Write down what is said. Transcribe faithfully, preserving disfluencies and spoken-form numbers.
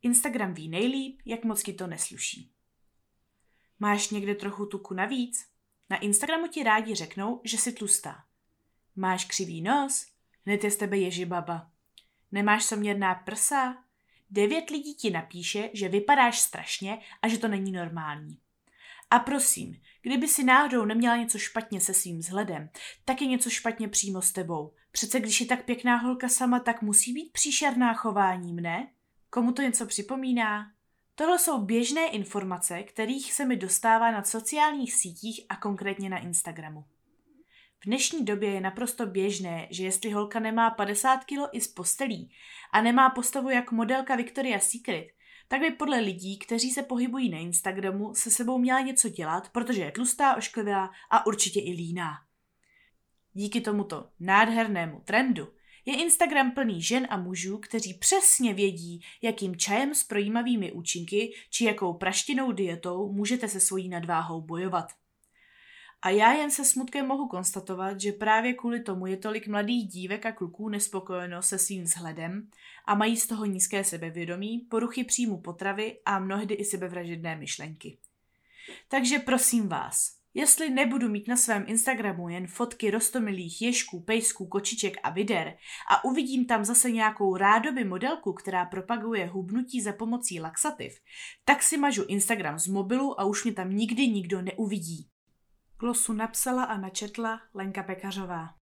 Instagram ví nejlíp, jak moc ti to nesluší. Máš někde trochu tuku navíc? Na Instagramu ti rádi řeknou, že jsi tlustá. Máš křivý nos? Hned je z tebe ježibaba. Nemáš soměrná prsa? Devět lidí ti napíše, že vypadáš strašně a že to není normální. A prosím, kdyby si náhodou neměla něco špatně se svým vzhledem, tak je něco špatně přímo s tebou. Přece když je tak pěkná holka sama, tak musí být příšerná chováním, ne? Komu to něco připomíná? Tohle jsou běžné informace, kterých se mi dostává na sociálních sítích a konkrétně na Instagramu. V dnešní době je naprosto běžné, že jestli holka nemá padesát kilo i z postelí a nemá postavu jako modelka Victoria's Secret, tak by podle lidí, kteří se pohybují na Instagramu, se sebou měla něco dělat, protože je tlustá, ošklivá a určitě i líná. Díky tomuto nádhernému trendu je Instagram plný žen a mužů, kteří přesně vědí, jakým čajem s projímavými účinky či jakou praštěnou dietou můžete se svojí nadváhou bojovat. A já jen se smutkem mohu konstatovat, že právě kvůli tomu je tolik mladých dívek a kluků nespokojeno se svým vzhledem a mají z toho nízké sebevědomí, poruchy příjmu potravy a mnohdy i sebevražedné myšlenky. Takže prosím vás, jestli nebudu mít na svém Instagramu jen fotky roztomilých ježků, pejsků, kočiček a vider a uvidím tam zase nějakou rádoby modelku, která propaguje hubnutí za pomocí laxativ, tak si mažu Instagram z mobilu a už mě tam nikdy nikdo neuvidí. Glosu napsala a načetla Lenka Pekařová.